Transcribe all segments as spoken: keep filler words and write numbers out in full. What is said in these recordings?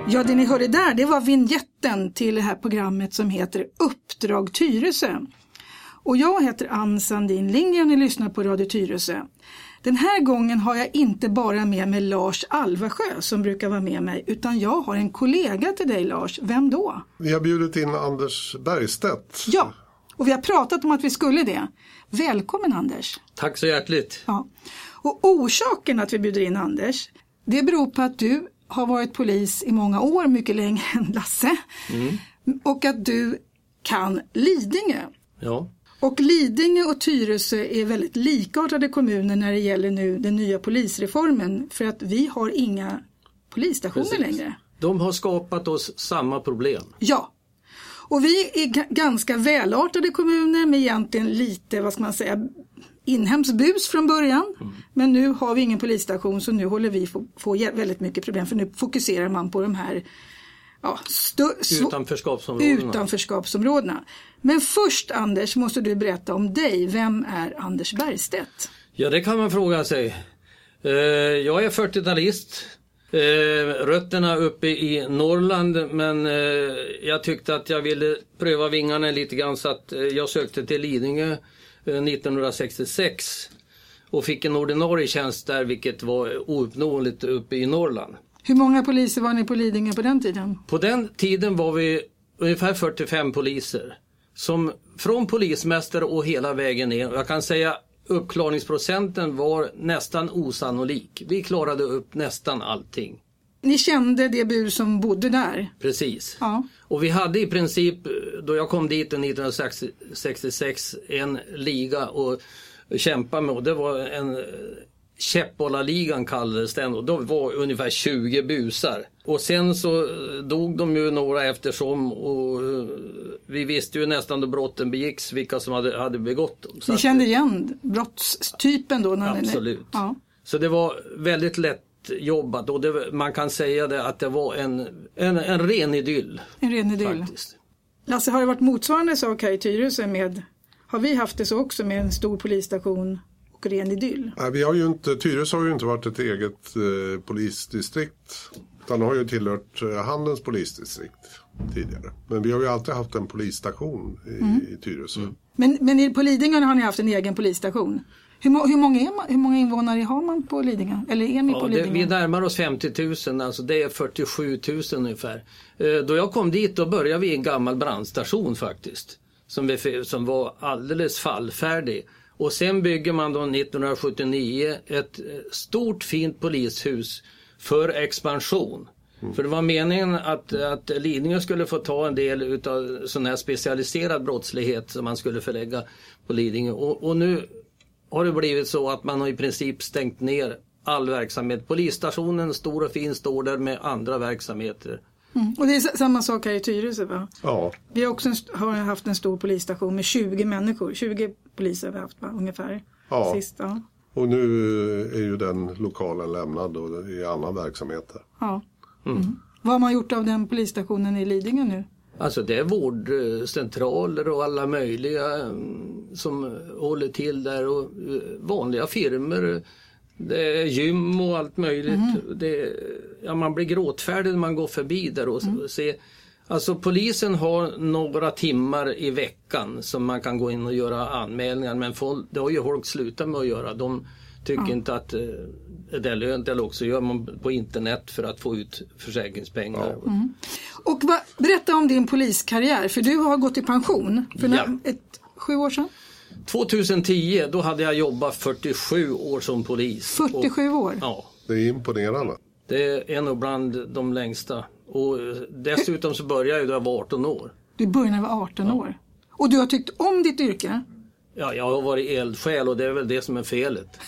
Ja, det ni hörde där, det var vignetten till det här programmet som heter Uppdrag Tyresö. Och jag heter Ann Sandin Lindgren och ni lyssnar på Radio Tyresö. Den här gången har jag inte bara med mig Lars Alvesjö som brukar vara med mig, utan jag har en kollega till dig, Lars. Vem då? Vi har bjudit in Anders Bergstedt. Ja, och vi har pratat om att vi skulle det. Välkommen, Anders. Tack så hjärtligt. Ja. Och orsaken att vi bjuder in Anders, det beror på att du har varit polis i många år, mycket längre än Lasse. Mm. Och att du kan Lidingö. Ja. Och Lidingö och Tyresö är väldigt likartade kommuner när det gäller nu den nya polisreformen. För att vi har inga polisstationer Precis. längre. De har skapat oss samma problem. Ja. Och vi är g- ganska välartade kommuner med egentligen lite, vad ska man säga, inhemskt bus från början. Mm. Men nu har vi ingen polisstation, så nu håller vi få, få väldigt mycket problem. För nu fokuserar man på de här ja, stö- utanförskapsområdena. utanförskapsområdena. Men först, Anders, måste du berätta om dig. Vem är Anders Bergstedt? Ja, det kan man fråga sig. Uh, jag är fyrtiotalist. Uh, rötterna uppe i Norrland, men uh, jag tyckte att jag ville pröva vingarna lite grann, så att uh, jag sökte till Lidingö uh, nittonhundrasextiosex och fick en ordinarie tjänst där, vilket var ouppnåeligt uppe i Norrland. Hur många poliser var ni på Lidingö på den tiden? På den tiden var vi ungefär fyrtiofem poliser. Som från polismästare och hela vägen ner. Jag kan säga uppklarningsprocenten var nästan osannolik. Vi klarade upp nästan allting. Ni kände det bus som bodde där? Precis. Ja. Och vi hade i princip, då jag kom dit nittonhundrasextiosex, en liga att kämpa med. Och det var en Käppbollarligan kallades den, och då var ungefär tjugo busar. Och sen så dog de ju några eftersom, och vi visste ju nästan då brotten begicks vilka som hade, hade begått dem. Så ni kände igen brottstypen då? När absolut. Ni, ja. Så det var väldigt lätt jobbat, och det, man kan säga det att det var en, en, en ren idyll. En ren idyll. Faktiskt. Lasse, har det varit motsvarande sak här i Tyresö med, har vi haft det så också med en stor polisstation och ren idyll? Nej, vi har ju inte, Tyresö har ju inte varit ett eget eh, polisdistrikt, utan har ju tillhört eh, Handens polisdistrikt tidigare. Men vi har ju alltid haft en polisstation i, mm. i Tyresö. Mm. Men, men i, på Lidingö har ni haft en egen polisstation. Hur, må, hur, många är man, hur många invånare har man på Lidingö? Eller är ni ja, på det, Lidingö? vi närmar oss femtio tusen, alltså det är fyrtiosju tusen ungefär. Eh, då jag kom dit, då började vi i en gammal brandstation faktiskt. Som, vi, som var alldeles fallfärdig. Och sen bygger man då nittonhundrasjuttionio ett stort fint polishus för expansion. Mm. För det var meningen att, att Lidingö skulle få ta en del av sån här specialiserad brottslighet som man skulle förlägga på Lidingö. Och, och nu har det blivit så att man har i princip stängt ner all verksamhet. Polisstationen, stor och fin, står där med andra verksamheter. Mm. Och det är samma sak här i Tyresö, va? Ja. Vi har också en, har haft en stor polisstation med tjugo människor. tjugo poliser har vi haft, va? Ungefär. Ja. Sist, ja. Och nu är ju den lokalen lämnad och i annan verksamhet där. Ja. Mm. Mm. Vad har man gjort av den polisstationen i Lidingö nu? Alltså det är vårdcentraler och alla möjliga som håller till där, och vanliga firmer. Det är gym och allt möjligt. Mm. Det, ja, man blir gråtfärdig när man går förbi där och mm. ser. Alltså polisen har några timmar i veckan som man kan gå in och göra anmälningar. Men folk, det har ju folk slutat med att göra. De tycker ja. inte att det är lönt, eller också gör man på internet för att få ut försäkringspengar. Ja. Mm. Och va, berätta om din poliskarriär, för du har gått i pension för ja. ett, sju år sedan. tjugohundratio, då hade jag jobbat fyrtiosju år som polis. fyrtiosju år? Och, ja. Det är imponerande. Det är nog bland de längsta. Och dessutom så började jag då jag var arton år. Du började när du var arton ja. år? Och du har tyckt om ditt yrke? Ja, jag har varit eldsjäl, och det är väl det som är felet.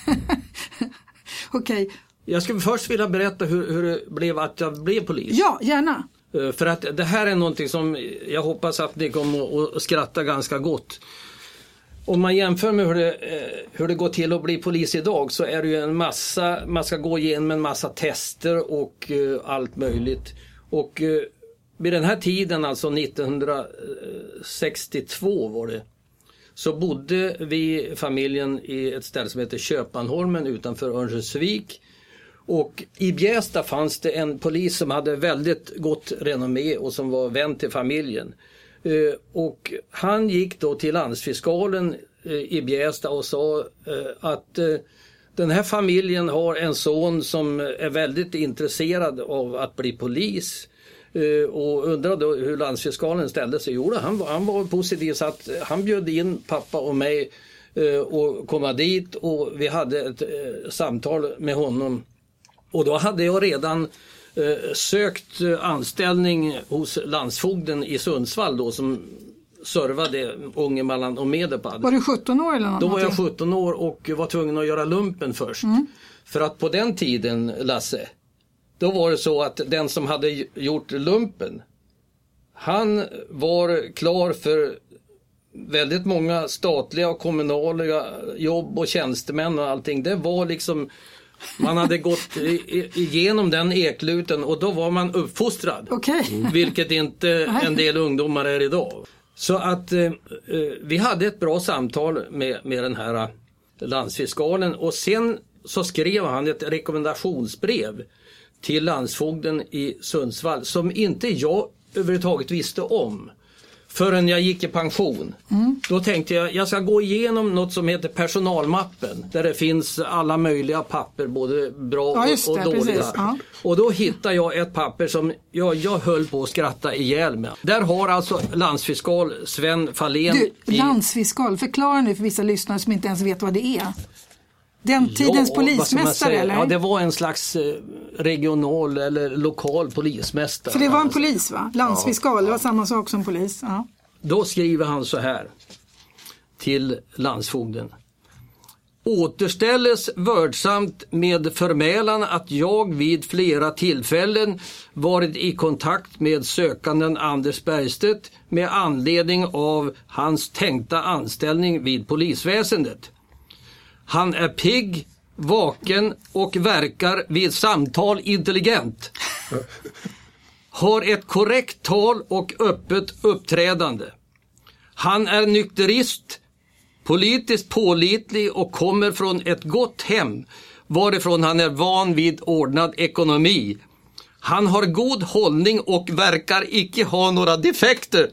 Okej. Okay. Jag skulle först vilja berätta hur, hur det blev att jag blev polis. Ja, gärna. För att det här är någonting som jag hoppas att ni kommer att skratta ganska gott. Om man jämför med hur det, hur det går till att bli polis idag, så är det ju en massa, man ska gå igenom en massa tester och allt möjligt. Och vid den här tiden, alltså nittonhundrasextiotvå var det, så bodde vi familjen i ett ställe som heter Köpanholmen utanför Örnsköldsvik. Och i Bjästa fanns det en polis som hade väldigt gott renommé och som var vän till familjen. Eh, och han gick då till landsfiskalen eh, i Bjästa och sa eh, att eh, den här familjen har en son som är väldigt intresserad av att bli polis. Uh, och undrade hur landsfiskalen ställde sig. Jo, han, han var positiv, så att han bjöd in pappa och mig uh, och komma dit, och vi hade ett uh, samtal med honom. Och då hade jag redan uh, sökt uh, anställning hos landsfogden i Sundsvall då, som servade Ångermanland och Medelpad. Var du sjutton år eller något? Då var jag sjutton år och var tvungen att göra lumpen först. Mm. För att på den tiden, Lasse, då var det så att den som hade gjort lumpen, han var klar för väldigt många statliga och kommunala jobb och tjänstemän och allting. Det var liksom, man hade gått igenom den ekluten och då var man uppfostrad. Okay. Vilket inte en del ungdomar är idag. Så att eh, vi hade ett bra samtal med, med den här landsfiskalen, och sen så skrev han ett rekommendationsbrev till landsfogden i Sundsvall som inte jag överhuvudtaget visste om förrän jag gick i pension. Mm. Då tänkte jag, jag ska gå igenom något som heter personalmappen, där det finns alla möjliga papper, både bra ja, och, och det, dåliga. Ja. Och då hittade jag ett papper som jag, jag höll på att skratta ihjäl med. Där har alltså landsfiskal Sven Fahlén... Du, i... landsfiskal, förklara nu för vissa lyssnare som inte ens vet vad det är. Den tidens ja, polismästare eller? Ja, det var en slags regional eller lokal polismästare. För det var en polis va? Landsfiskal, ja. Det var samma sak som polis. Ja. Då skriver han så här till landsfogden. Återställes vördsamt med förmälan att jag vid flera tillfällen varit i kontakt med sökanden Anders Bergstedt med anledning av hans tänkta anställning vid polisväsendet. Han är pigg, vaken och verkar vid samtal intelligent. Har ett korrekt tal och öppet uppträdande. Han är nykterist, politiskt pålitlig och kommer från ett gott hem varifrån han är van vid ordnad ekonomi. Han har god hållning och verkar icke ha några defekter.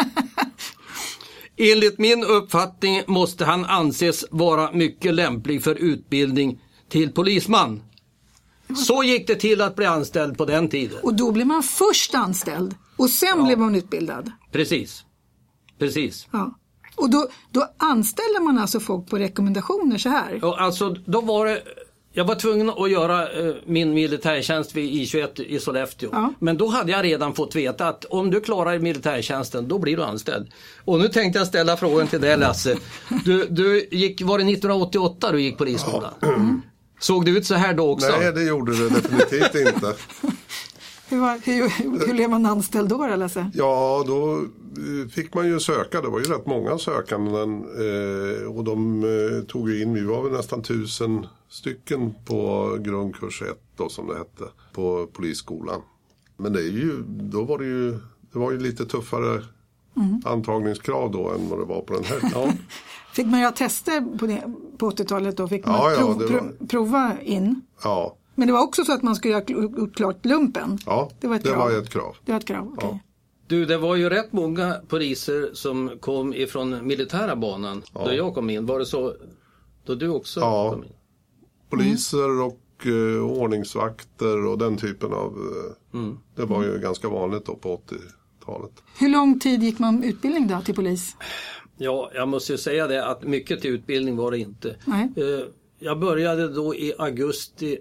Enligt min uppfattning måste han anses vara mycket lämplig för utbildning till polisman. Så gick det till att bli anställd på den tiden. Och då blev man först anställd och sen ja. blev man utbildad. Precis. Precis. Ja. Och då, då anställer man alltså folk på rekommendationer så här? Ja, alltså då var det... Jag var tvungen att göra eh, min militärtjänst vid I tjugoett i Sollefteå. Ja. Men då hade jag redan fått veta att om du klarar militärtjänsten, då blir du anställd. Och nu tänkte jag ställa frågan till dig, Lasse. Du, du gick, var det nittonhundraåttioåtta du gick polisskolan? Ja. Mm. Såg det ut så här då också? Nej, det gjorde det definitivt inte. Hur, var, hur, hur blev man anställd då, Lasse? Ja, då fick man ju söka. Det var ju rätt många sökanden eh, och de eh, tog ju in, vi var väl nästan tusen stycken på grundkurs ett då, som det hette, på polisskolan. Men det är ju, då var det ju, det var ju lite tuffare mm. antagningskrav då än vad det var på den här. Ja. Fick man göra tester på, det, på åttiotalet då? Fick man ja, prov, ja, var... prova in? Ja. Men det var också så att man skulle ha gjort klart lumpen? Ja, det var ett, det krav. Var ett krav. Det var ett krav, okej. Okay. Ja. Du, det var ju rätt många poliser som kom ifrån militära banan ja. då jag kom in. Var det så då du också ja. kom in? Poliser mm. och uh, ordningsvakter och den typen av... Uh, mm. Det var ju mm. ganska vanligt då på åttiotalet. Hur lång tid gick man utbildning då till polis? Ja, jag måste ju säga det att mycket till utbildning var det inte. Nej. Uh, jag började då i augusti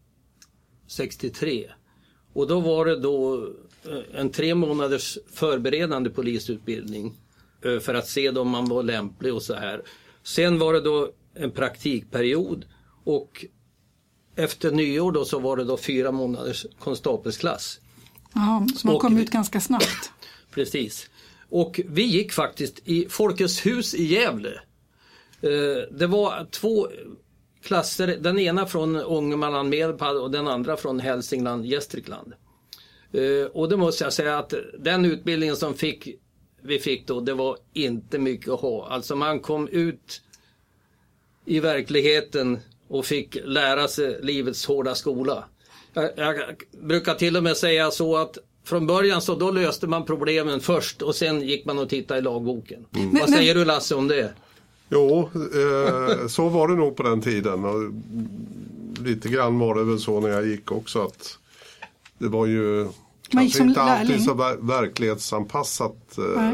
sextiotre. Och då var det då en tre månaders förberedande polisutbildning för att se om man var lämplig och så här. Sen var det då en praktikperiod och efter nyår då så var det då fyra månaders konstapelsklass. Ja, så man och kom ut ganska snabbt. Precis. Och vi gick faktiskt i Folkets hus i Gävle. Det var två klasser, den ena från Ångermanland Medelpad och den andra från Hälsingland Gästrikland. Uh, och det måste jag säga att den utbildningen som fick, vi fick då, det var inte mycket att ha. Alltså man kom ut i verkligheten och fick lära sig livets hårda skola. Jag, jag brukar till och med säga så att från början så då löste man problemen först och sen gick man och tittade i lagboken. Mm. Vad säger du Lasse om det? Jo, eh, så var det nog på den tiden. Och lite grann var det väl så när jag gick också att det var ju kanske inte alltid så ver- verklighetsanpassat. Eh,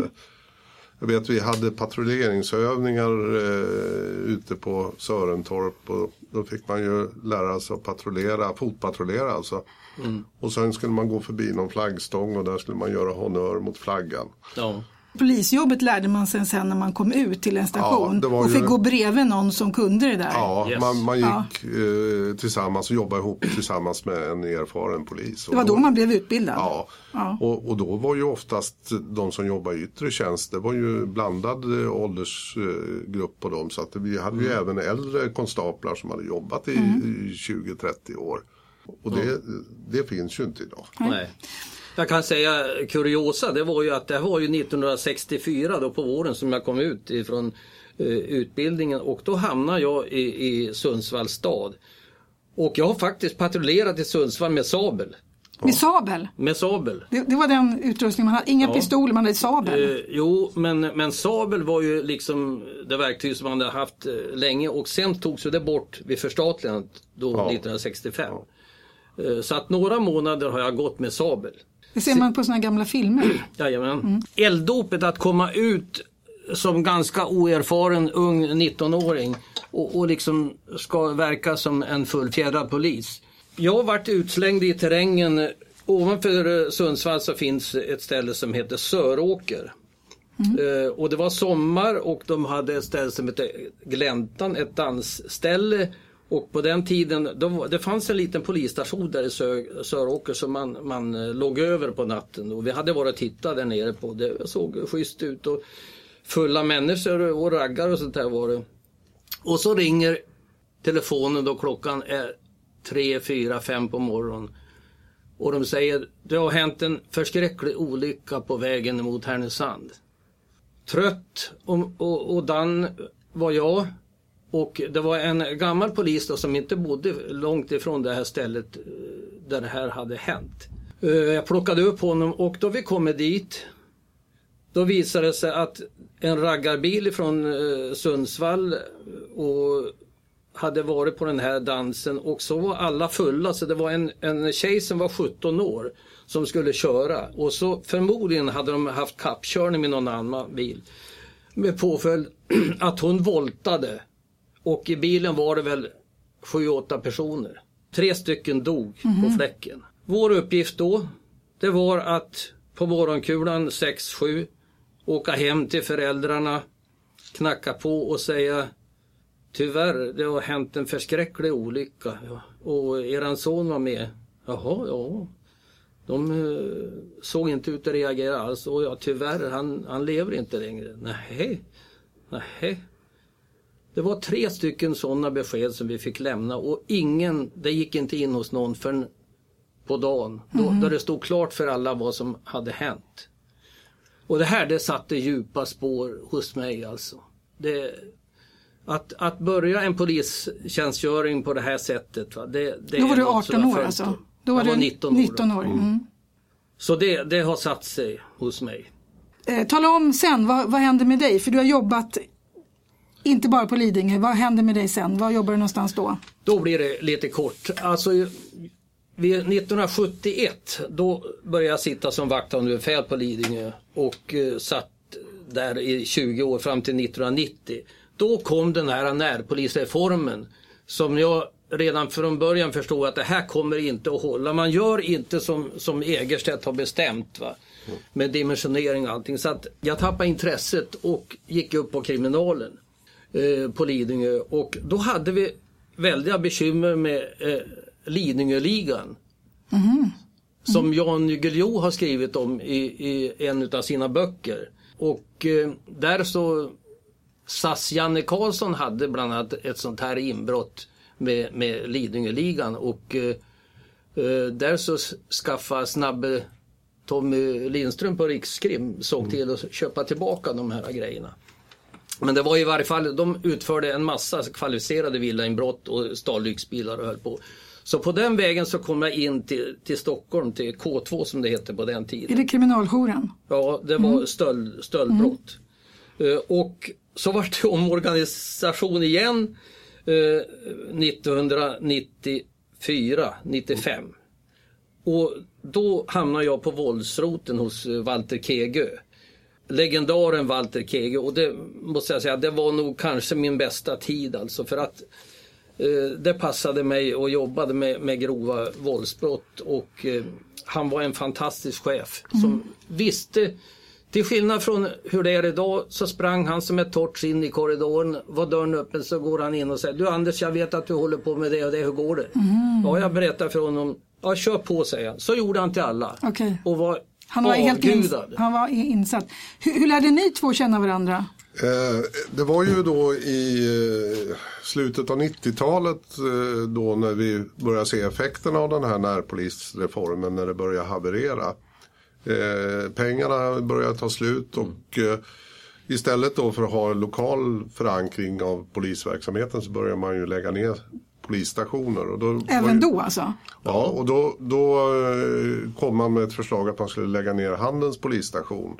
jag vet vi hade patrulleringsövningar eh, ute på Sörentorp och då fick man ju lära sig att patrullera, fotpatrullera alltså. Mm. Och sen skulle man gå förbi någon flaggstång och där skulle man göra honör mot flaggan. Ja. Polisjobbet lärde man sen, sen när man kom ut till en station ja, och fick ju... gå bredvid någon som kunde det där. Ja, yes. man, man gick ja. eh, tillsammans och jobbade ihop tillsammans med en erfaren polis. Det var då, då man blev utbildad? Ja, ja. Och, och då var ju oftast de som jobbar i yttre tjänst, det var ju blandad eh, åldersgrupp på dem. Så att vi hade mm. ju även äldre konstaplar som hade jobbat i, mm. i tjugo till trettio år. Och det, mm. det finns ju inte idag. Nej. Jag kan säga kuriosa, det var ju att det var ju nittonhundrasextiofyra då på våren som jag kom ut ifrån eh, utbildningen och då hamnade jag i, i Sundsvalls stad. Och jag har faktiskt patrullerat i Sundsvall med sabel. Med sabel? Med sabel. Det, det var den utrustning man hade, inga ja. pistoler, man hade sabel. Eh, jo, men, men sabel var ju liksom det verktyg som man hade haft eh, länge och sen togs det bort vid förstatligandet då ja. nittonhundrasextiofem. Ja. Eh, så att några månader har jag gått med sabel. Det ser man på såna gamla filmer. Jajamän. Mm. Elddopet att komma ut som ganska oerfaren ung nittonåring och, och liksom ska verka som en fullfjädrad polis. Jag har varit utslängd i terrängen. Ovanför Sundsvall så finns ett ställe som heter Söråker. Mm. Uh, och det var sommar och de hade ett ställe som heter Gläntan, ett dansställe. Och på den tiden, då, det fanns en liten polisstation där i Sö, Söråker som man, man låg över på natten. Och vi hade varit och tittat där nere på det. Det såg schysst ut och fulla människor och raggar och sånt där var det. Och så ringer telefonen då klockan är tre, fyra, fem på morgonen. Och de säger, det har hänt en förskräcklig olycka på vägen mot Härnösand. Trött och, och, och dan var jag. Och det var en gammal polis då som inte bodde långt ifrån det här stället där det här hade hänt. Jag plockade upp honom och då vi kom dit, då visade det sig att en raggarbil från Sundsvall och hade varit på den här dansen och så var alla fulla. Så det var en, en tjej som var sjutton år som skulle köra och så förmodligen hade de haft kappkörning med någon annan bil. Med påföljd att hon voltade. Och i bilen var det väl sju, åtta personer. Tre stycken dog mm-hmm. på fläcken. Vår uppgift då, det var att på morgonkulan sex sju åka hem till föräldrarna, knacka på och säga tyvärr, det har hänt en förskräcklig olycka. Och eran son var med. Jaha, ja. De uh, såg inte ut att reagera alls. Och ja, tyvärr, han, han lever inte längre. Nej, nej. Det var tre stycken sådana besked som vi fick lämna och ingen, det gick inte in hos någon förrän på dagen. Då, mm. då det stod klart för alla vad som hade hänt. Och det här, det satte djupa spår hos mig alltså. Det, att, att börja en polistjänstgöring på det här sättet. Va, det, det då var du arton år alltså? Då var du nitton år. nitton år. Mm. Så det, det har satt sig hos mig. Eh, tala om sen, vad, vad hände med dig? För du har jobbat inte bara på Lidingö. Vad hände med dig sen? Var jobbar du någonstans då? Då blir det lite kort. Alltså vid nittonhundrasjuttioett då började jag sitta som vakthållande befäl på Lidingö och uh, satt där i tjugo år fram till nittonhundranittio. Då kom den här närpolisreformen som jag redan från början förstod att det här kommer inte att hålla. Man gör inte som, som Egerstedt har bestämt, va? Med dimensionering och allting. Så att jag tappade intresset och gick upp på kriminalen eh, på Lidingö. Och då hade vi väldiga bekymmer med eh, Lidingöligan. Mm. Mm. Som Jan Guillou har skrivit om i, i en av sina böcker. Och eh, där så S A S Janne Karlsson hade bland annat ett sånt här inbrott med, med Lidingöligan. Och eh, där så skaffade snabbe Tommy Lindström på Rikskrim såg till att köpa tillbaka de här grejerna. Men det var i varje fall, de utförde en massa kvalificerade villainbrott och stal lyxbilar och höll på. Så på den vägen så kom jag in till, till Stockholm, till K två som det hette på den tiden. Är det kriminaljouren? Ja, det var mm. stöld, stöldbrott. Mm. Uh, och så var det omorganisation igen uh, nittonhundranittiofyra nittiofem. Och då hamnade jag på våldsroten hos Walter Kegö. Legendaren Walter Kegö. Och det måste jag säga, det var nog kanske min bästa tid alltså. För att eh, det passade mig och jobbade med, med grova våldsbrott. Och eh, han var en fantastisk chef som mm. visste, till skillnad från hur det är idag, så sprang han som ett torrt in i korridoren. Var dörren öppen så går han in och säger: du Anders, jag vet att du håller på med det och det, hur går det? Mm. Ja, jag berättar för honom. Ja, kör på, säger han. Så gjorde han till alla. Okay. Och var han var helt ins- han var insatt. Hur, hur lärde ni två känna varandra? Eh, det var ju då i eh, slutet av nittiotalet eh, då när vi började se effekterna av den här närpolisreformen, när det började haverera. Eh, pengarna började ta slut och eh, istället då för att ha lokal förankring av polisverksamheten så började man ju lägga ner polisstationer. Och då Även ju, då alltså? Ja, och då, då kom man med ett förslag att man skulle lägga ner Handens polisstation.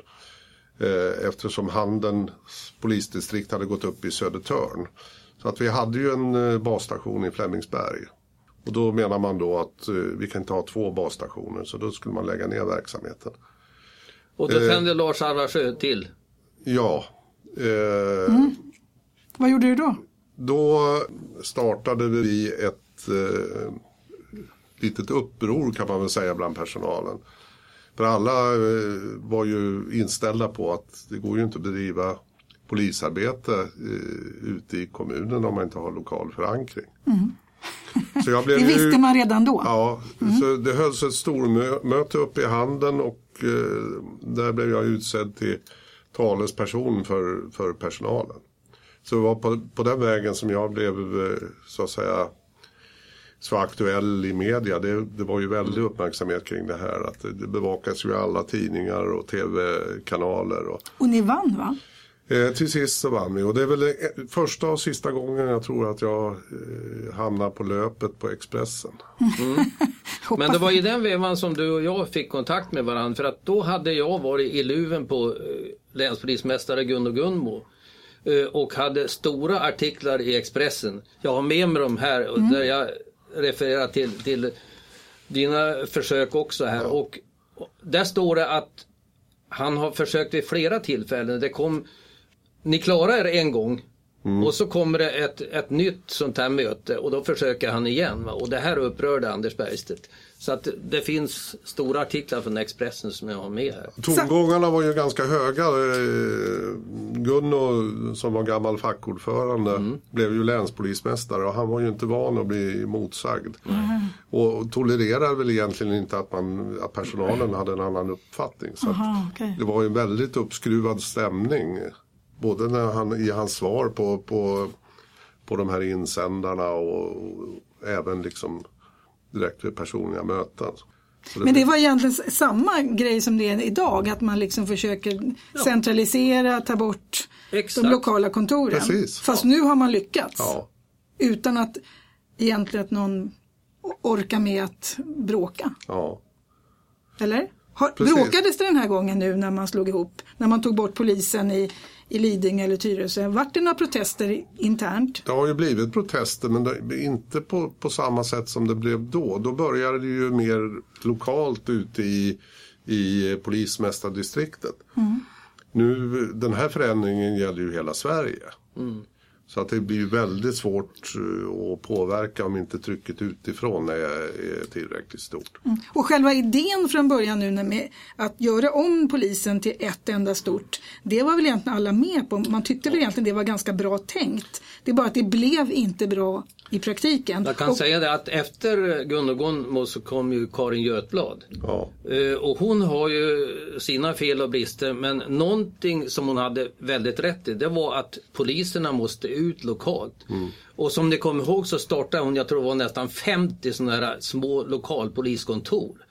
Eh, eftersom Handens polisdistrikt hade gått upp i Södertörn. Så att vi hade ju en basstation i Flemingsberg. Och då menar man då att eh, vi kan inte ha två basstationer, så då skulle man lägga ner verksamheten. Och då tände eh, Lars Arvarsjö till? Ja. Eh, mm. Vad gjorde du då? Då startade vi ett eh, litet uppror, kan man väl säga, bland personalen. För alla eh, var ju inställda på att det går ju inte att bedriva polisarbete eh, ute i kommunen om man inte har lokal förankring. Mm. Så jag blev det visste ju, man redan då? Ja, mm. så det hölls ett stormöte uppe i Handen och eh, där blev jag utsedd till talesperson för, för personalen. Så det var på, på den vägen som jag blev så att säga så aktuell i media. Det, det var ju väldigt uppmärksamhet kring det här. Att det, det bevakas ju i alla tidningar och tv-kanaler. Och, och ni vann, va? Eh, till sist så vann vi. Och det är väl första och sista gången jag tror att jag eh, hamnar på löpet på Expressen. Mm. Men det var i den vevan som du och jag fick kontakt med varandra. För att då hade jag varit i luven på eh, länspolismästare Gunno Gunmo. Och hade stora artiklar i Expressen. Jag har med mig dem här mm. där jag refererar till, till dina försök också här. Ja. Och där står det att han har försökt vid flera tillfällen. Det kom, ni klarar er en gång mm. och så kommer det ett, ett nytt sånt här möte och då försöker han igen. Va? Och det här upprörde Anders Bergstedt. Så att det finns stora artiklar från Expressen som jag har med här. Tongångarna var ju ganska höga. Gunno, som var gammal fackordförande, mm. blev ju länspolismästare och han var ju inte van att bli motsagd. Mm. Och tolererade väl egentligen inte att, man, att personalen hade en annan uppfattning. Så Aha, okay. det var ju en väldigt uppskruvad stämning. Både när han, i hans svar på, på, på de här insändarna och, och även liksom direkt vid personliga möten. Det Men det var egentligen samma grej som det är idag, att man liksom försöker ja. centralisera, ta bort Exakt. de lokala kontoren. Precis. Fast ja. nu har man lyckats. Ja. Utan att egentligen att någon orkar med att bråka. Ja. Eller? Har, bråkades det den här gången nu när man slog ihop? När man tog bort polisen i, i Lidingö eller Tyresö? Vart det några protester internt? Det har ju blivit protester, men det, inte på, på samma sätt som det blev då. Då började det ju mer lokalt ute i, i polismästardistriktet. Mm. Nu, den här förändringen gäller ju hela Sverige. Mm. Så att det blir ju väldigt svårt att påverka om inte trycket utifrån är, är tillräckligt stort. Mm. Och själva idén från början nu med att göra om polisen till ett enda stort, det var väl egentligen alla med på. Man tyckte väl egentligen det var ganska bra tänkt. Det är bara att det blev inte bra i praktiken. Jag kan och, säga det att efter Gunno Gunmo så kom ju Karin Götblad. Ja. Och hon har ju sina fel och brister, men någonting som hon hade väldigt rätt i, det var att poliserna måste ut lokalt. Mm. Och som ni kommer ihåg så startade hon, jag tror det var nästan femtio sådana här små lokalpoliskontor.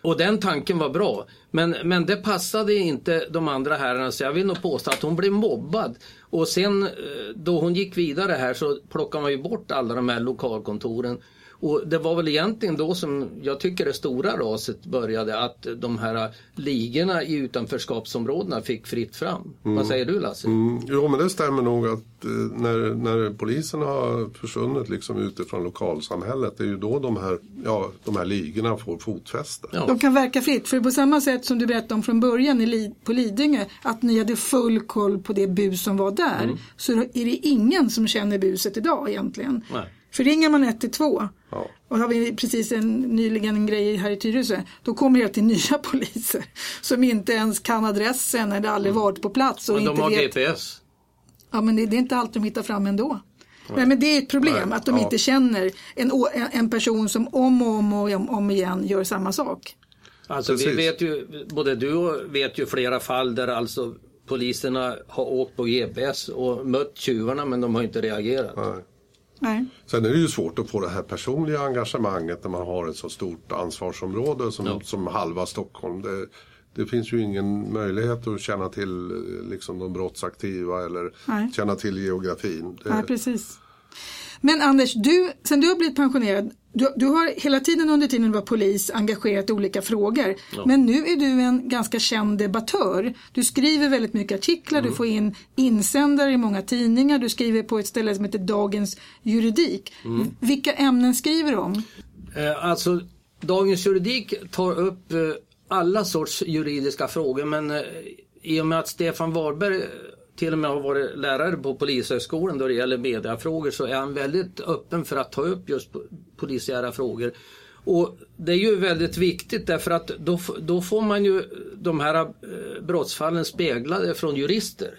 Och den tanken var bra. Men, men det passade inte de andra herrarna, så jag vill nog påstå att hon blev mobbad. Och sen då hon gick vidare här så plockade man ju bort alla de här lokalkontoren. Och det var väl egentligen då som jag tycker det stora raset började, att de här ligorna i utanförskapsområdena fick fritt fram. Mm. Vad säger du, Lasse? Mm. Jo, men det stämmer nog att eh, när, när polisen har försvunnit liksom utifrån lokalsamhället, det är ju då de här, ja, de här ligorna får fotfäste. Ja. De kan verka fritt, för på samma sätt som du berättade om från början i Lid- på Lidingö, att ni hade full koll på det bus som var där, mm. så är det ingen som känner buset idag egentligen. Nej. För ringer man ett till två, ja. Och har vi precis en, nyligen en grej här i Tyresö, då kommer det till nya poliser som inte ens kan adressen eller aldrig varit på plats. Och men de inte har vet... G P S. Ja, men det, det är inte allt de hittar fram ändå. Nej, Nej men det är ett problem. Nej. Att de ja. inte känner en, en person som om och om och om, om igen gör samma sak. Alltså precis. Vi vet ju, både du och vet ju flera fall där alltså poliserna har åkt på G P S och mött tjuvarna, men de har inte reagerat. Nej. Nej. Sen är det ju svårt att få det här personliga engagemanget när man har ett så stort ansvarsområde som, ja. som halva Stockholm. Det, det finns ju ingen möjlighet att känna till liksom, de brottsaktiva eller Nej. känna till geografin. Det... Nej, precis. Men Anders, du, sen du har blivit pensionerad, du, du har hela tiden under tiden du var polis engagerat i olika frågor. Ja. Men nu är du en ganska känd debattör. Du skriver väldigt mycket artiklar, mm. du får in insändare i många tidningar. Du skriver på ett ställe som heter Dagens Juridik. Mm. Vilka ämnen skriver du om? Eh, alltså, Dagens Juridik tar upp eh, alla sorts juridiska frågor. Men eh, i och med att Stefan Warberg till och med har varit lärare på Polishögskolan då det gäller mediafrågor, så är han väldigt öppen för att ta upp just polisiära frågor. Och det är ju väldigt viktigt därför att då, då får man ju de här brottsfallen speglade från jurister.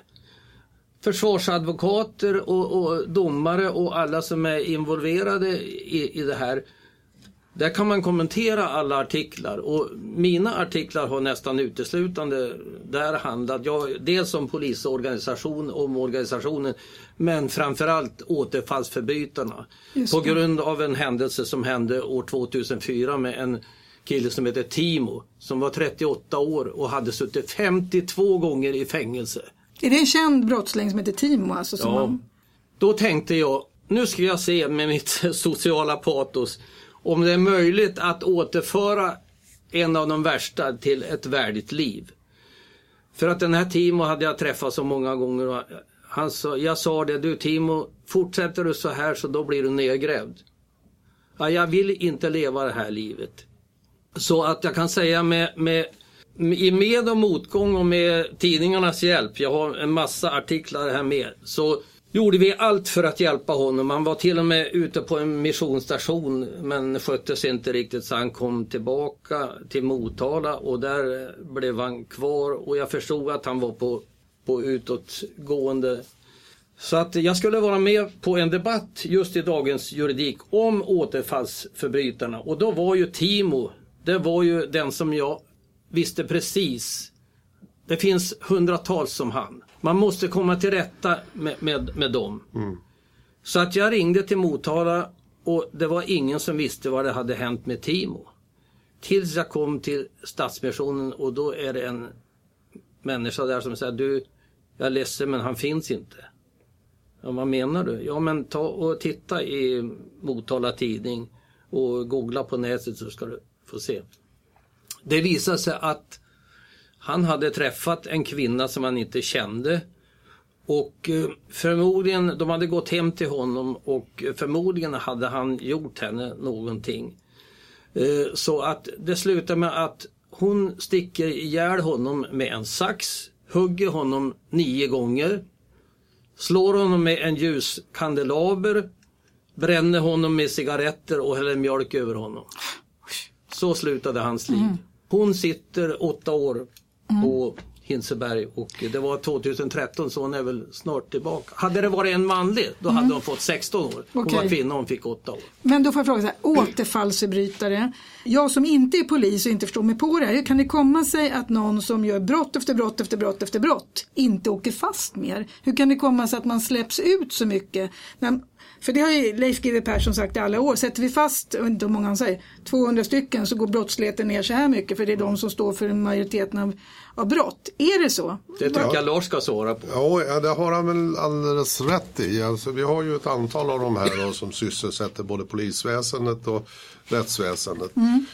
Försvarsadvokater och, och domare och alla som är involverade i, i det här. Där kan man kommentera alla artiklar, och mina artiklar har nästan uteslutande där handlat, ja, dels om polisorganisation, om organisationen, men framförallt återfallsförbrytarna. På grund av en händelse som hände år tvåtusenfyra med en kille som heter Timo, som var trettioåtta år och hade suttit femtiotvå gånger i fängelse. Är det en känd brottsling som heter Timo? Alltså, som ja, man... då tänkte jag, nu ska jag se med mitt sociala patos om det är möjligt att återföra en av de värsta till ett värdigt liv. För att den här Timo hade jag träffat så många gånger. Och han sa, jag sa det, du Timo, fortsätter du så här så då blir du nedgrävd. Ja, jag vill inte leva det här livet. Så att jag kan säga med, med, i med och motgång och med tidningarnas hjälp, jag har en massa artiklar här med, så gjorde vi allt för att hjälpa honom. Han var till och med ute på en missionsstation men skötte sig inte riktigt, så han kom tillbaka till Motala och där blev han kvar, och jag förstod att han var på, på utåtgående. Så att jag skulle vara med på en debatt just i Dagens Juridik om återfallsförbrytarna, och då var ju Timo, det var ju den som jag visste precis. Det finns hundratals som han. Man måste komma till rätta med, med, med dem. Mm. Så att jag ringde till Motala, och det var ingen som visste vad det hade hänt med Timo. Tills jag kom till Stadsmissionen, och då är det en människa där som säger, du, jag är ledsen men han finns inte. Ja, vad menar du? Ja, men ta och titta i Motala tidning och googla på nätet så ska du få se. Det visar sig att han hade träffat en kvinna som han inte kände, och förmodligen, de hade gått hem till honom och förmodligen hade han gjort henne någonting. Så att det slutar med att hon sticker ihjäl honom med en sax, hugger honom nio gånger, slår honom med en ljuskandelaber, bränner honom med cigaretter och häller mjölk över honom. Så slutade hans liv. Hon sitter åtta år på Hinseberg, och det var tjugohundratretton, så hon är väl snart tillbaka. Hade det varit en manlig, då hade mm. hon fått sexton år. Hon okay. var kvinna, hon fick åtta år. Men då får jag fråga så här, återfallsförbrytare. Jag som inte är polis och inte förstår mig på det här, hur kan det komma sig att någon som gör brott efter brott efter brott efter brott inte åker fast mer? Hur kan det komma sig att man släpps ut så mycket? När, För det har ju Leif G W Persson sagt i alla år. Sätter vi fast, och inte hur många han säger, tvåhundra stycken så går brottsligheten ner så här mycket. För det är de som står för majoriteten av, av brott. Är det så? Det tycker jag Lars ska svara på. Ja, det har han väl alldeles rätt i. Alltså, vi har ju ett antal av de här då, som sysselsätter både polisväsendet och rättsväsendet. Mm.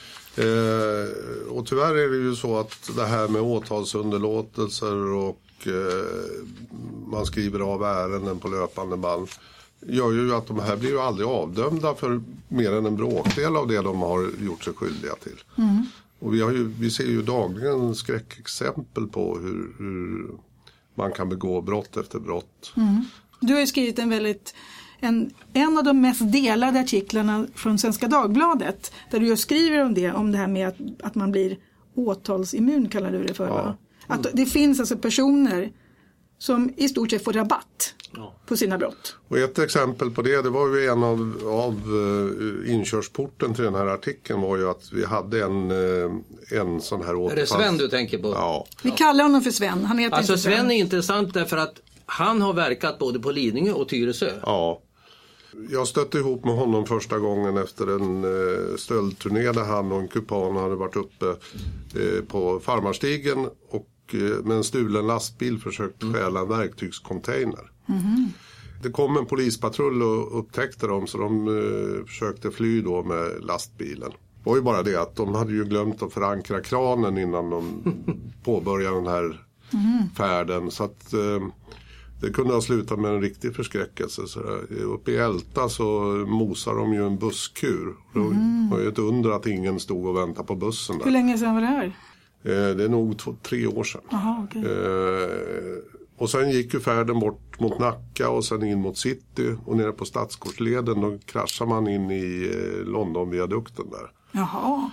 Eh, och tyvärr är det ju så att det här med åtalsunderlåtelser och eh, man skriver av ärenden på löpande band gör ju att de här blir ju aldrig avdömda för mer än en bråkdel av det de har gjort sig skyldiga till. Mm. Och vi, har ju, vi ser ju dagligen skräckexempel på hur, hur man kan begå brott efter brott. Mm. Du har ju skrivit en väldigt En, en av de mest delade artiklarna från Svenska Dagbladet där du just skriver om det, om det här med att, att man blir åtalsimmun, kallar du det för. Ja. Mm. Att det finns alltså personer som i stort sett får rabatt ja. på sina brott. Och ett exempel på det, det var ju en av, av inkörsporten till den här artikeln var ju att vi hade en, en sån här återfall. Är det Sven du tänker på? Ja. Vi kallar honom för Sven. Han heter alltså inte Sven. Sven är intressant därför att han har verkat både på Lidingö och Tyresö. Ja. Jag stötte ihop med honom första gången efter en eh, stöldturné där han och en kupan hade varit uppe eh, på Farmarstigen och eh, med en stulen lastbil försökt mm. stjäla en verktygscontainer. Mm. Det kom en polispatrull och upptäckte dem så de eh, försökte fly då med lastbilen. Det var ju bara det att de hade ju glömt att förankra kranen innan de påbörjade den här mm. färden så att... Eh, Det kunde ha slutat med en riktig förskräckelse. Så uppe i Älta så mosar de ju en busskur. Mm. Det var ju ett under att ingen stod och väntade på bussen där. Hur länge sedan var det här? Eh, det är nog två, tre år sedan. Aha, okay. eh, och sen gick ju färden bort mot Nacka och sen in mot city. Och nere på Stadsgårdsleden då kraschar man in i eh, Londonviadukten där. Jaha.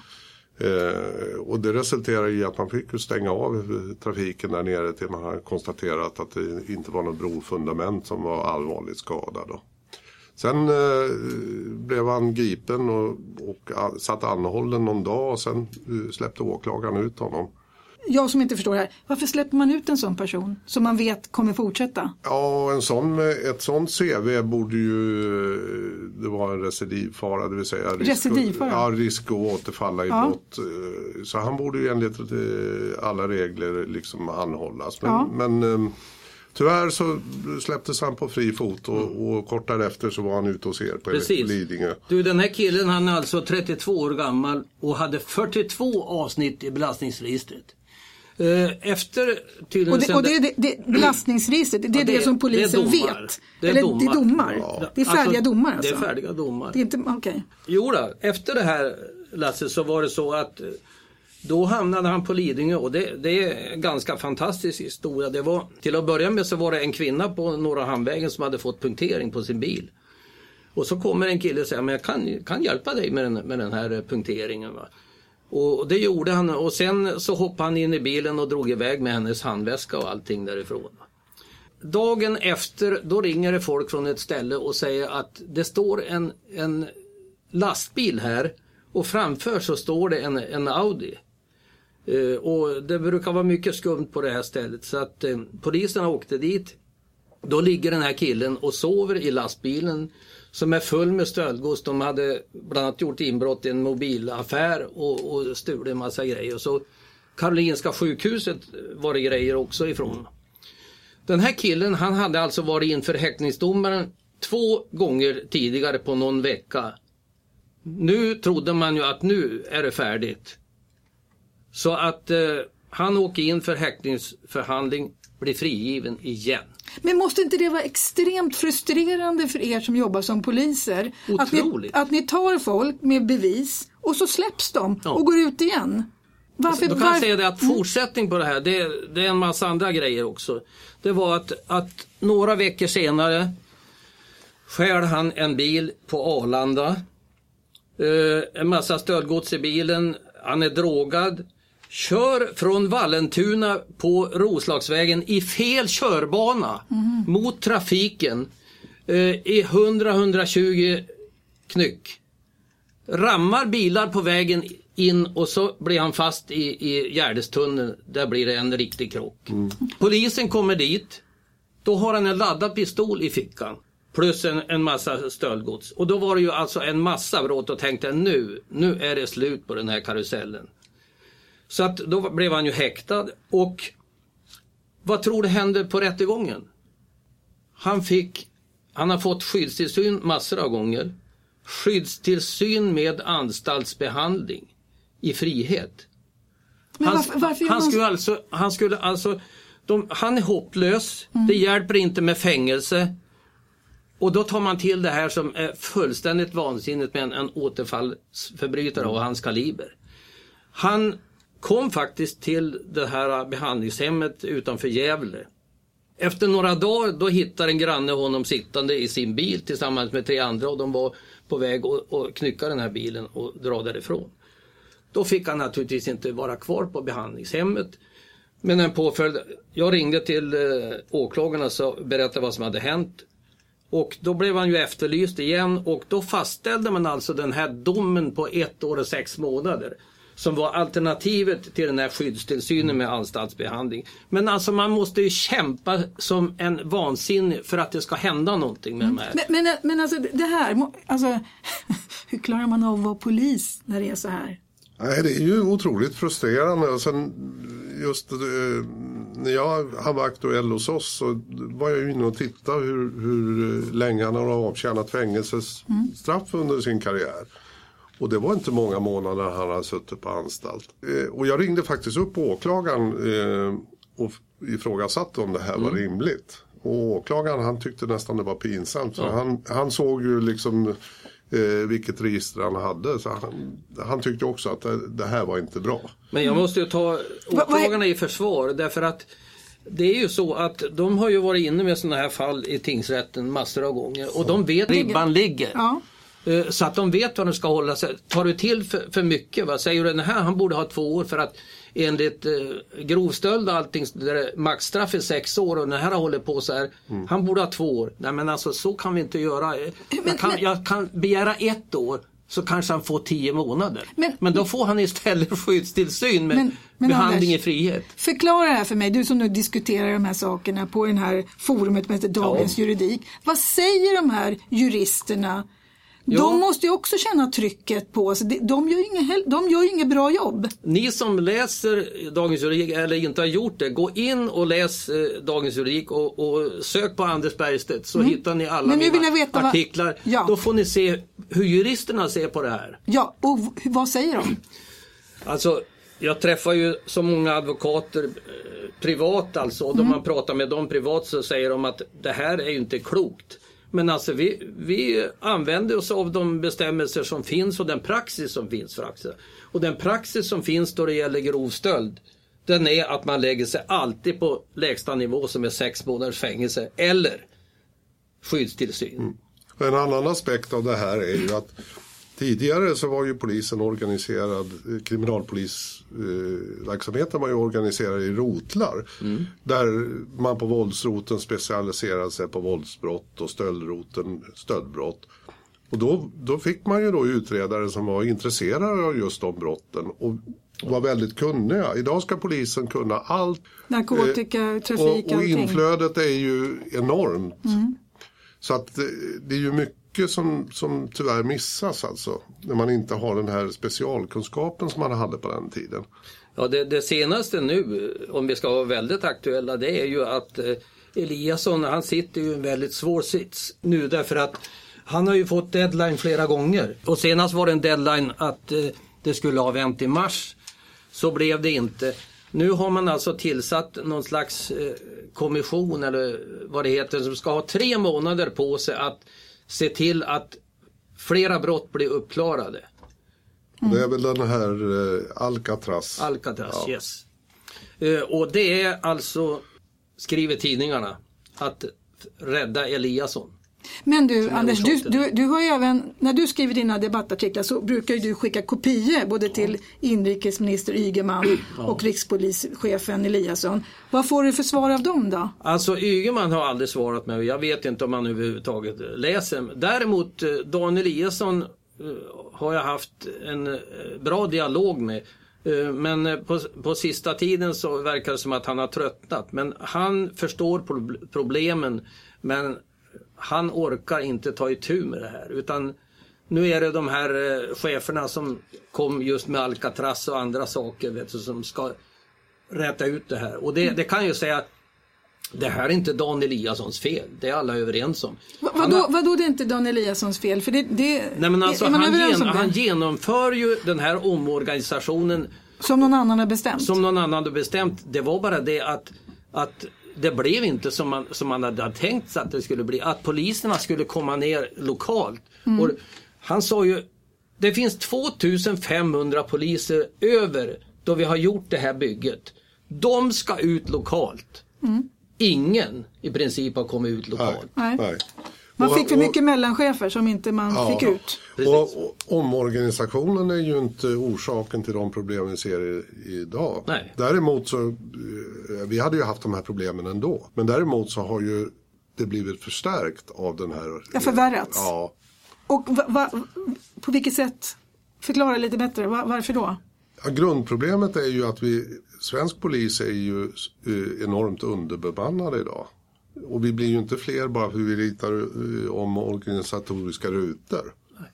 Eh, och det resulterar i att man fick ju stänga av trafiken där nere till man har konstaterat att det inte var något brofundament som var allvarligt skadad. Då. Sen eh, blev han gripen och, och satt anhållen någon dag och sen eh, släppte åklagaren ut honom. Jag som inte förstår det här, varför släpper man ut en sån person som man vet kommer fortsätta? Ja, en sån, ett sånt C V borde ju, det var en recidivfara, det vill säga risk, recidivfara? Ja, risk att återfalla i ja. brott. Så han borde ju enligt alla regler liksom anhållas. Men, ja. men tyvärr så släpptes han på fri fot och, och kort därefter så var han ute hos er på Precis. Lidingö. Du, den här killen han är alltså trettiotvå år gammal och hade fyrtiotvå avsnitt i belastningsregistret. Efter tydligen och det, och det, det, det belastningsregistret, det är ja, det, det som polisen det vet. Det är Eller domar. Det är domar. Ja. Det är färdiga alltså, domar alltså. Det är färdiga domar. Det är inte okej. Okay. Jo då, efter det här Lasse så var det så att då hamnade han på Lidingö och det, det är en ganska fantastisk historia. Det var till att börja med så var det en kvinna på Norra Hamnvägen som hade fått punktering på sin bil. Och så kommer en kille och säger men jag kan, kan hjälpa dig med den, med den här punkteringen va. Och det gjorde han och sen så hoppade han in i bilen och drog iväg med hennes handväska och allting därifrån. Dagen efter då ringer det folk från ett ställe och säger att det står en, en lastbil här och framför så står det en, en Audi. Eh, och det brukar vara mycket skumt på det här stället så att eh, poliserna åkte dit. Då ligger den här killen och sover i lastbilen som är full med stöldgods. De hade bland annat gjort inbrott i en mobilaffär och, och stulit en massa grejer. Så Karolinska sjukhuset var det grejer också ifrån. Den här killen han hade alltså varit inför häktningsdomaren två gånger tidigare på någon vecka. Nu trodde man ju att nu är det färdigt. Så att eh, han åker in för häktningsförhandling, blir frigiven igen. Men måste inte det vara extremt frustrerande för er som jobbar som poliser? Att ni, att ni tar folk med bevis och så släpps de ja. och går ut igen. Varför, Då kan var... jag säga det att fortsättning på det här, det, det är en massa andra grejer också. Det var att, att några veckor senare stjäl han en bil på Arlanda. Eh, en massa stöldgods i bilen. Han är drogad. Kör från Vallentuna på Roslagsvägen i fel körbana mm. mot trafiken eh, i hundra till hundratjugo knyck. Rammar bilar på vägen in och så blir han fast i, i Gärdestunneln. Där blir det en riktig krock. Mm. Polisen kommer dit. Då har han en laddad pistol i fickan. plus en, en massa stöldgods. Och då var det ju alltså en massa brott och tänkte nu, nu är det slut på den här karusellen. Så att då blev han ju häktad och vad tror du hände på rättegången? Han fick, han har fått skyddstillsyn massor av gånger. Skyddstillsyn med anstaltsbehandling i frihet. Men Han, varför, varför han man... skulle alltså, han skulle alltså, de, han är hopplös, mm. det hjälper inte med fängelse. Och då tar man till det här som är fullständigt vansinnigt med en, en återfallsförbrytare mm. av hans kaliber. Han kom faktiskt till det här behandlingshemmet utanför Gävle. Efter några dagar då hittar en granne honom sittande i sin bil tillsammans med tre andra och de var på väg att, att knycka den här bilen och dra därifrån. Då fick han naturligtvis inte vara kvar på behandlingshemmet. Men en påföljd, jag ringde till eh, åklagarna och berättade vad som hade hänt. Och då blev han ju efterlyst igen och då fastställde man alltså den här domen på ett år och sex månader. Som var alternativet till den här skyddstillsynen med anstaltsbehandling. Men alltså man måste ju kämpa som en vansinnig för att det ska hända någonting med mm. de här. Men, men, men alltså det här, alltså, hur klarar man av att vara polis när det är så här? Nej, det är ju otroligt frustrerande. Och sen just eh, när jag, han var aktuell hos oss så var jag ju inne och tittade hur, hur länge han har avtjänat fängelsestraff mm. under sin karriär. Och det var inte många månader han hade suttit på anstalt. Eh, och jag ringde faktiskt upp åklagaren eh, och ifrågasatte om det här mm. var rimligt. Och åklagaren han tyckte nästan det var pinsamt. Ja. Han, han såg ju liksom eh, vilket register han hade. Så han, han tyckte också att det, det här var inte bra. Men jag måste ju ta åklagarna i försvar därför att det är ju så att de har ju varit inne med sådana här fall i tingsrätten massor av gånger. Och de vet ribban ligger. Ja. Så att de vet vad de ska hålla sig. Tar du till för, för mycket, vad säger du den här? Han borde ha två år för att enligt eh, grovstöld och allting där maxstraff är sex år och den här har hållit på så här. Mm. Han borde ha två år. Nej men alltså så kan vi inte göra. Jag kan, jag kan begära ett år så kanske han får tio månader. Men, men då får han istället skyddstillsyn med men, men behandling Anders, i frihet. Förklara det här för mig, du som nu diskuterar de här sakerna på den här forumet med Dagens ja. Juridik. Vad säger de här juristerna? Ja. De måste ju också känna trycket på sig. De gör ju inget, de gör ju inget bra jobb. Ni som läser Dagens Juridik eller inte har gjort det, gå in och läs eh, Dagens Juridik och, och sök på Anders Bergstedt så mm. hittar ni alla Men nu mina vill jag veta artiklar. Vad... Ja. Då får ni se hur juristerna ser på det här. Ja, och vad säger de? Alltså, jag träffar ju så många advokater eh, privat alltså. Och mm. då man pratar med dem privat så säger de att det här är ju inte klokt. Men alltså vi, vi använder oss av de bestämmelser som finns och den praxis som finns för aktier. Och den praxis som finns då det gäller grov stöld, den är att man lägger sig alltid på lägsta nivå som är sex månaders fängelse eller skyddstillsyn. Mm. En annan aspekt av det här är ju att tidigare så var ju polisen organiserad, kriminalpolisverksamheten var ju organiserad i rotlar. Mm. Där man på våldsroten specialiserade sig på våldsbrott och stöldroten stöldbrott. Och då, då fick man ju då utredare som var intresserade av just de brotten och var väldigt kunniga. Idag ska polisen kunna allt. Narkotika, eh, trafik och, och inflödet är ju enormt. Mm. Så att det, det är ju mycket Som, som tyvärr missas alltså när man inte har den här specialkunskapen som man hade på den tiden. Ja, det, det senaste nu, om vi ska vara väldigt aktuella, det är ju att eh, Eliasson, han sitter ju i en väldigt svår sits nu därför att han har ju fått deadline flera gånger. Och senast var det en deadline att eh, det skulle ha vänt i mars. Så blev det inte. Nu har man alltså tillsatt någon slags eh, kommission eller vad det heter som ska ha tre månader på sig att se till att flera brott blir uppklarade. Mm. Det är väl den här eh, Alcatraz. Alcatraz, ja. Yes. Eh, och det är alltså, skriver tidningarna, att rädda Eliasson. Men du, Anders, du, du, du har ju även, när du skriver dina debattartiklar så brukar ju du skicka kopior både till inrikesminister Ygeman ja. och rikspolischefen Eliasson. Vad får du för svar av dem då? Alltså Ygeman har aldrig svarat mig. Jag vet inte om han överhuvudtaget läser. Däremot Dan Eliasson har jag haft en bra dialog med. Men på, på sista tiden så verkar det som att han har tröttnat. Men han förstår problemen, men han orkar inte ta itu med det här. Utan nu är det de här eh, cheferna som kom just med Alcatraz och andra saker, vet du, som ska rätta ut det här. Och det, det kan ju säga att det här är inte Dan Eliassons fel. Det är alla överens om. Va, vadå, har... vadå det är inte Dan Eliassons fel? För det, det, Nej, men alltså, är man han, gen, om han genomför ju den här omorganisationen som någon annan har bestämt. Som någon annan har bestämt. Det var bara det att, att det blev inte som man, som man hade tänkt sig att det skulle bli. Att poliserna skulle komma ner lokalt. Mm. Och han sa ju, det finns tvåtusen-femhundra poliser över då vi har gjort det här bygget. De ska ut lokalt. Mm. Ingen i princip har kommit ut lokalt. Nej. Nej. Man fick för mycket och, mellanchefer som inte man ja, fick ut. Och, och omorganisationen är ju inte orsaken till de problem vi ser i, idag. Nej. Däremot så, vi hade ju haft de här problemen ändå. Men däremot så har ju det blivit förstärkt av den här... Ja, förvärrats. Ja. Och va, va, på vilket sätt? Förklara lite bättre. Va, varför då? Ja, grundproblemet är ju att vi, svensk polis är ju enormt underbemannade idag. Och vi blir ju inte fler bara för vi ritar om organisatoriska rutor.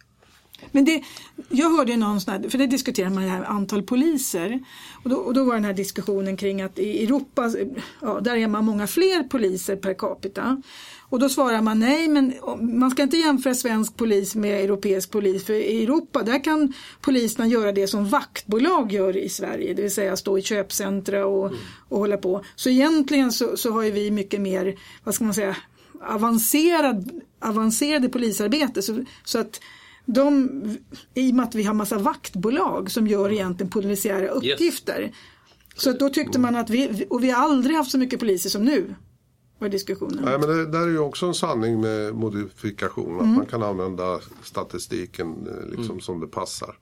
Men det, jag hörde ju någon sån här, för det diskuterar man ju här antal poliser. Och då, och då var den här diskussionen kring att i Europa, ja, där är man många fler poliser per capita. Och då svarar man nej, men man ska inte jämföra svensk polis med europeisk polis. För i Europa, där kan poliserna göra det som vaktbolag gör i Sverige. Det vill säga stå i köpcentra och, mm. och hålla på. Så egentligen så, så har ju vi mycket mer, vad ska man säga, avancerad, avancerade polisarbete. Så, så att de, i och med att vi har massa vaktbolag som gör egentligen polisiära uppgifter. Yes. Så att då tyckte man att vi, och vi har aldrig haft så mycket poliser som nu. Diskussionen. Nej, men det där är ju också en sanning med modifikation. Mm. Att man kan använda statistiken liksom mm. som det passar.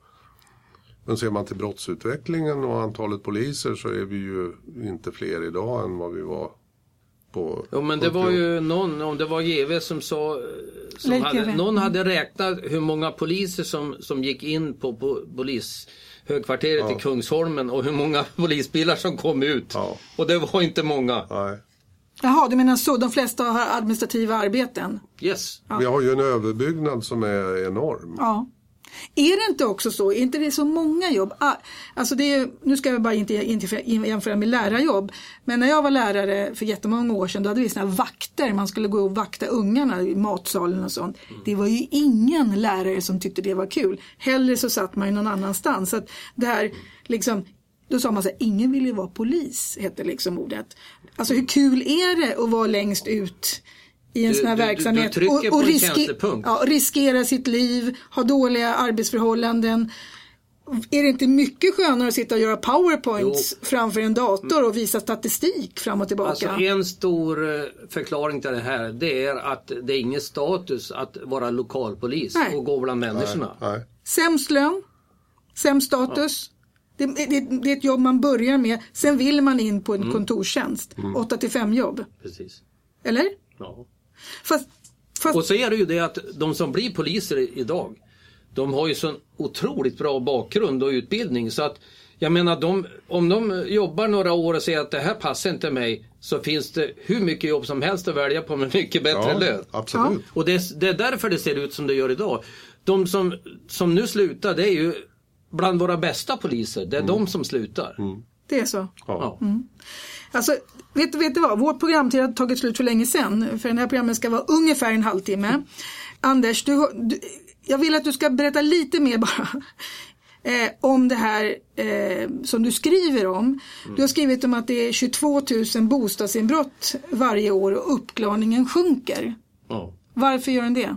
Men ser man till brottsutvecklingen och antalet poliser så är vi ju inte fler idag än vad vi var på... Jo, men det var ju någon, om det var G V som sa... Som hade, någon hade räknat hur många poliser som, som gick in på, på polishögkvarteret ja. i Kungsholmen och hur många polisbilar som kom ut. Ja. Och det var inte många. Nej. Jaha, du menar så, de flesta har administrativa arbeten? Yes. Ja. Vi har ju en överbyggnad som är enorm. Ja. Är det inte också så, är inte det så många jobb? Ah, alltså det är, nu ska jag bara inte, inte jämföra med lärarjobb, men när jag var lärare för jättemånga år sedan, då hade vi såna här vakter, man skulle gå och vakta ungarna i matsalen och sånt. Mm. Det var ju ingen lärare som tyckte det var kul. Hellre så satt man ju någon annanstans. Så att det här liksom... Då sa man så här, ingen vill ju vara polis, heter liksom ordet. Alltså hur kul är det att vara längst ut i en du, sån här du, verksamhet? Du, du och, och riske, ja, riskera sitt liv, ha dåliga arbetsförhållanden. Är det inte mycket skönare att sitta och göra powerpoints jo. framför en dator och visa statistik fram och tillbaka? Alltså en stor förklaring till det här, det är att det är ingen status att vara lokalpolis Nej. och gå bland människorna. Nej. Nej. Sämst lön, sämst status. Ja. Det, det, det är ett jobb man börjar med. Sen vill man in på en mm. kontorstjänst. Mm. åtta till fem jobb. Precis. Eller? Ja. Fast, fast... Och så är det ju det att de som blir poliser idag, de har ju så otroligt bra bakgrund och utbildning. Så att, jag menar, de, om de jobbar några år och säger att det här passar inte mig, så finns det hur mycket jobb som helst att välja på med mycket bättre ja, lön. Absolut. Ja. Och det, det är därför det ser ut som det gör idag. De som, som nu slutar, det är ju bland våra bästa poliser, det är mm. de som slutar. Mm. Det är så? Ja. Mm. Alltså, vet, vet du vad? Vår programtid har tagit slut för länge sedan. För den här programmet ska vara ungefär en halvtimme. Anders, du, du, jag vill att du ska berätta lite mer bara eh, om det här eh, som du skriver om. Mm. Du har skrivit om att det är tjugotvå tusen bostadsinbrott varje år och uppklarningen sjunker. Ja. Varför gör den det?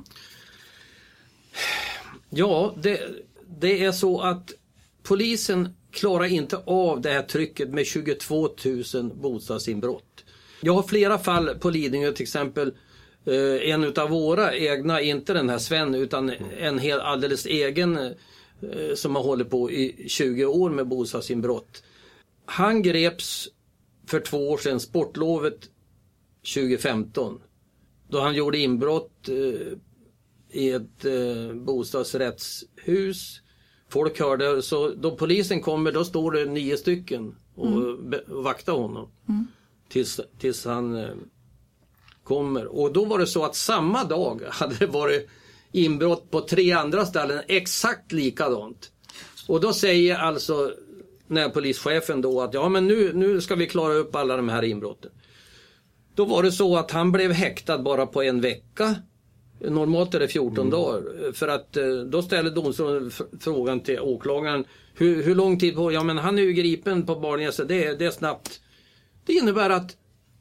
Ja, det... Det är så att polisen klarar inte av det här trycket med tjugotvå tusen bostadsinbrott. Jag har flera fall på Lidingö, till exempel eh, en utav våra egna, inte den här Sven utan en helt alldeles egen eh, som har hållit på i tjugo år med bostadsinbrott. Han greps för två år sedan, sportlovet tjugo femton, då han gjorde inbrott eh, i ett eh, bostadsrättshus. Folk hörde, så då polisen kommer, då står det nio stycken och, mm. be, och vaktar honom. Mm. Tills, tills han eh, kommer. Och då var det så att samma dag hade det varit inbrott på tre andra ställen exakt likadant. Och då säger alltså när polischefen då att ja men nu, nu ska vi klara upp alla de här inbrotten. Då var det så att han blev häktad bara på en vecka. Normalt är det fjorton mm. dagar. För att då ställer domstolen frågan till åklagaren. Hur, hur lång tid på? Ja men han är ju gripen på Barnäset. Det, det är snabbt. Det innebär att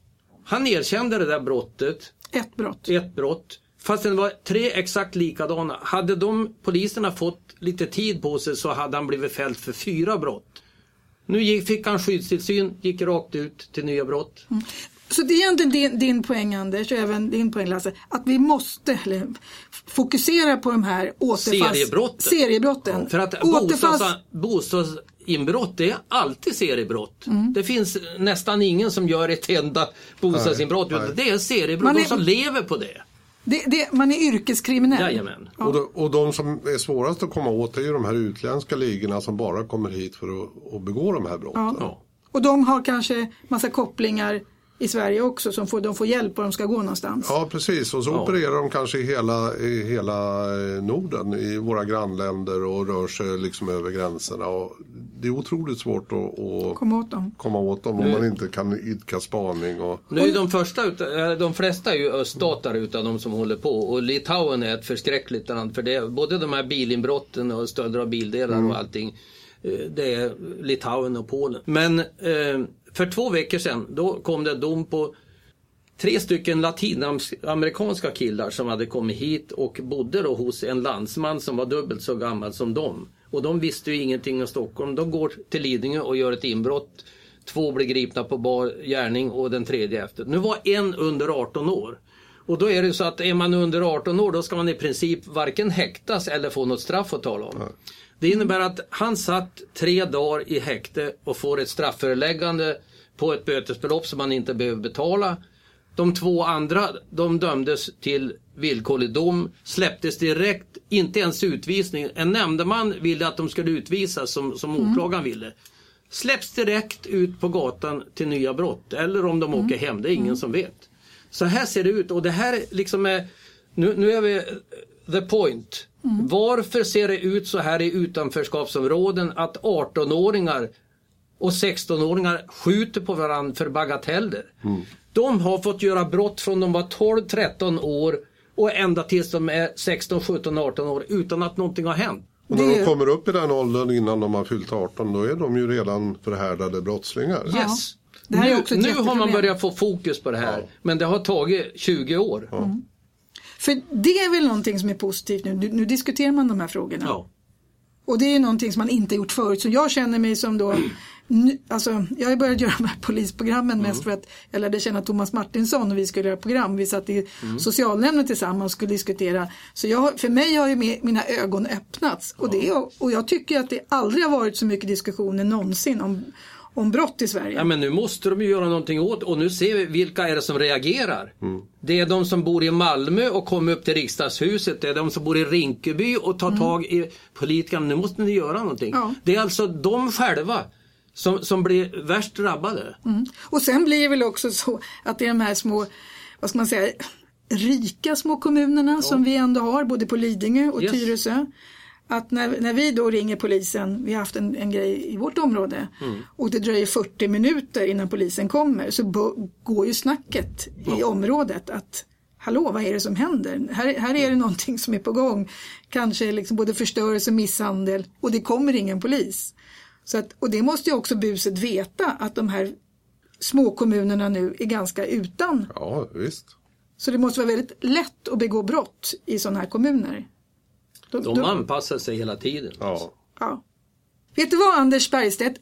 han erkände det där brottet. Ett brott. Ett brott. Fast det var tre exakt likadana. Hade de poliserna fått lite tid på sig så hade han blivit fälld för fyra brott. Nu gick, fick han skyddstillsyn, gick rakt ut till nya brott. Mm. Så det är egentligen din, din poäng Anders och även din poäng Lasse, att vi måste eller, fokusera på de här återfalls... seriebrotten. seriebrotten. Ja, för att återfalls... bostads, bostadsinbrott det är alltid seriebrott. Mm. Det finns nästan ingen som gör ett enda bostadsinbrott. Nej, nej. Det är seriebrott, är... de som lever på det. Det, det, man är yrkeskriminell. Jajamän. Ja. Och, de, och de som är svårast att komma åt är ju de här utländska ligorna som bara kommer hit för att, att begå de här brotten. Ja. Ja. Och de har kanske massa kopplingar i Sverige också som får, de får hjälp och de ska gå någonstans. Ja precis och så ja. opererar de kanske i hela, i hela Norden, i våra grannländer och rör sig liksom över gränserna. Och det är otroligt svårt att, att komma åt dem, komma åt dem om man inte kan idka spaning. Och... Nu är de, första, de flesta är ju öststater utav de som håller på och Litauen är ett förskräckligt land för det, både de här bilinbrotten och stölder av bildelar mm. och allting, det är Litauen och Polen. Men eh, för två veckor sedan då kom det dom på tre stycken latinamerikanska killar som hade kommit hit och bodde då hos en landsman som var dubbelt så gammal som dem. Och de visste ju ingenting om Stockholm. De går till Lidingö och gör ett inbrott. Två blir gripna på bar gärning och den tredje efter. Nu var en under arton år. Och då är det så att är man under arton år då ska man i princip varken häktas eller få något straff att tala om. Mm. Det innebär att han satt tre dagar i häkte och får ett straffföreläggande på ett bötesbelopp som man inte behöver betala. De två andra, de dömdes till villkorlig dom, släpptes direkt, inte ens utvisning. En nämndeman ville att de skulle utvisas som, som mm. åklagaren ville. Släpps direkt ut på gatan till nya brott. Eller om de mm. åker hem, det är ingen mm. som vet. Så här ser det ut och det här liksom är, nu, nu är vi the point. Mm. Varför ser det ut så här i utanförskapsområden att arton-åringar och sexton-åringar skjuter på varandra för bagateller? Mm. De har fått göra brott från de var tolv tretton år och ända tills de är sexton sjutton arton år utan att någonting har hänt. Och när de kommer upp i den åldern innan de har fyllt arton, då är de ju redan förhärdade brottslingar. Yes. Det här nu, är också nu har man börjat få fokus på det här, ja. Men det har tagit tjugo år. Ja. Mm. För det är väl någonting som är positivt nu. Nu, nu diskuterar man de här frågorna. Ja. Och det är någonting som man inte gjort förut. Så jag känner mig som då, nu, alltså jag har börjat göra de här polisprogrammen mm. mest för att jag lärde känna Thomas Martinsson och vi skulle göra program. Vi satt i mm. socialnämnden tillsammans och skulle diskutera. Så jag, för mig har ju med, mina ögon öppnats. Och, det, och jag tycker att det aldrig har varit så mycket diskussioner någonsin om om brott i Sverige. Ja, men nu måste de ju göra någonting åt och nu ser vi vilka är det som reagerar. Mm. Det är de som bor i Malmö och kommer upp till riksdagshuset. Det är de som bor i Rinkeby och tar mm. tag i politikerna. Nu måste ni göra någonting. Ja. Det är alltså de själva som, som blir värst drabbade. Mm. Och sen blir det väl också så att det är de här små, vad ska man säga, rika små kommunerna ja. Som vi ändå har, både på Lidingö och yes. Tyresö. Att när, när vi då ringer polisen, vi har haft en, en grej i vårt område mm. och det dröjer fyrtio minuter innan polisen kommer så b- går ju snacket ja. I området att hallå, vad är det som händer? Här, här är det någonting som är på gång. Kanske liksom både förstörelse och misshandel och det kommer ingen polis. Så att, och det måste ju också buset veta att de här små kommunerna nu är ganska utan. Ja, visst. Så det måste vara väldigt lätt att begå brott i sådana här kommuner. De anpassar sig hela tiden. Ja. Ja. Vet du vad, Anders Bergstedt?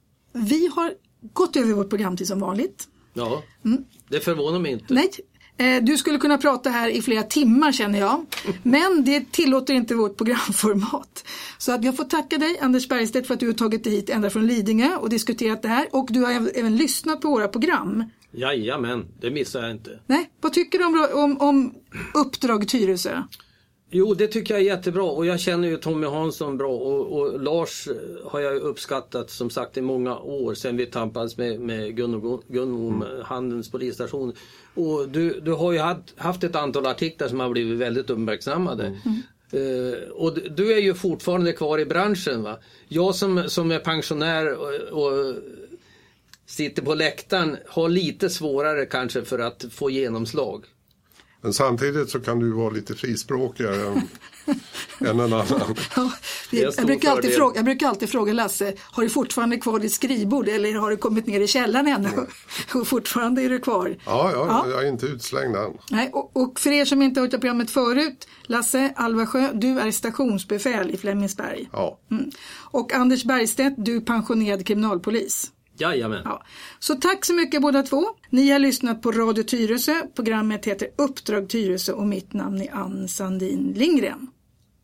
Vi har gått över vårt program till som vanligt. Ja, mm. det förvånar mig inte. Nej, du skulle kunna prata här i flera timmar känner jag. Men det tillåter inte vårt programformat. Så att jag får tacka dig, Anders Bergstedt, för att du har tagit dig hit ända från Lidingö och diskuterat det här. Och du har även lyssnat på våra program. Jajamän, det missar jag inte. Nej, vad tycker du om, om, om Uppdrag Tyresö? Jo, det tycker jag är jättebra och jag känner ju Tommy Hansson bra och, och Lars har jag uppskattat som sagt i många år sedan vi tampades med, med Gunno, Gunno mm. Handens polisstation. Och du, du har ju haft, haft ett antal artiklar som har blivit väldigt uppmärksammade. Mm. Uh, och du, du är ju fortfarande kvar i branschen, va? Jag som, som är pensionär och, och sitter på läktaren har lite svårare kanske för att få genomslag. Men samtidigt så kan du vara lite frispråkigare än, än en annan. Ja, jag, jag, brukar alltid fråga, jag brukar alltid fråga Lasse, har du fortfarande kvar ditt skrivbord eller har du kommit ner i källaren ännu? Mm. Och fortfarande är du kvar. Ja, ja, ja. Jag är inte utslängd än. Nej, och, och för er som inte har hört programmet förut, Lasse Alvarsjö, du är stationsbefäl i Flemingsberg. Ja. Mm. Och Anders Bergstedt, du är pensionerad kriminalpolis. Jajamän. Ja. Så tack så mycket båda två. Ni har lyssnat på Radio Tyresö. Programmet heter Uppdrag Tyresö och mitt namn är Ann Sandin Lindgren.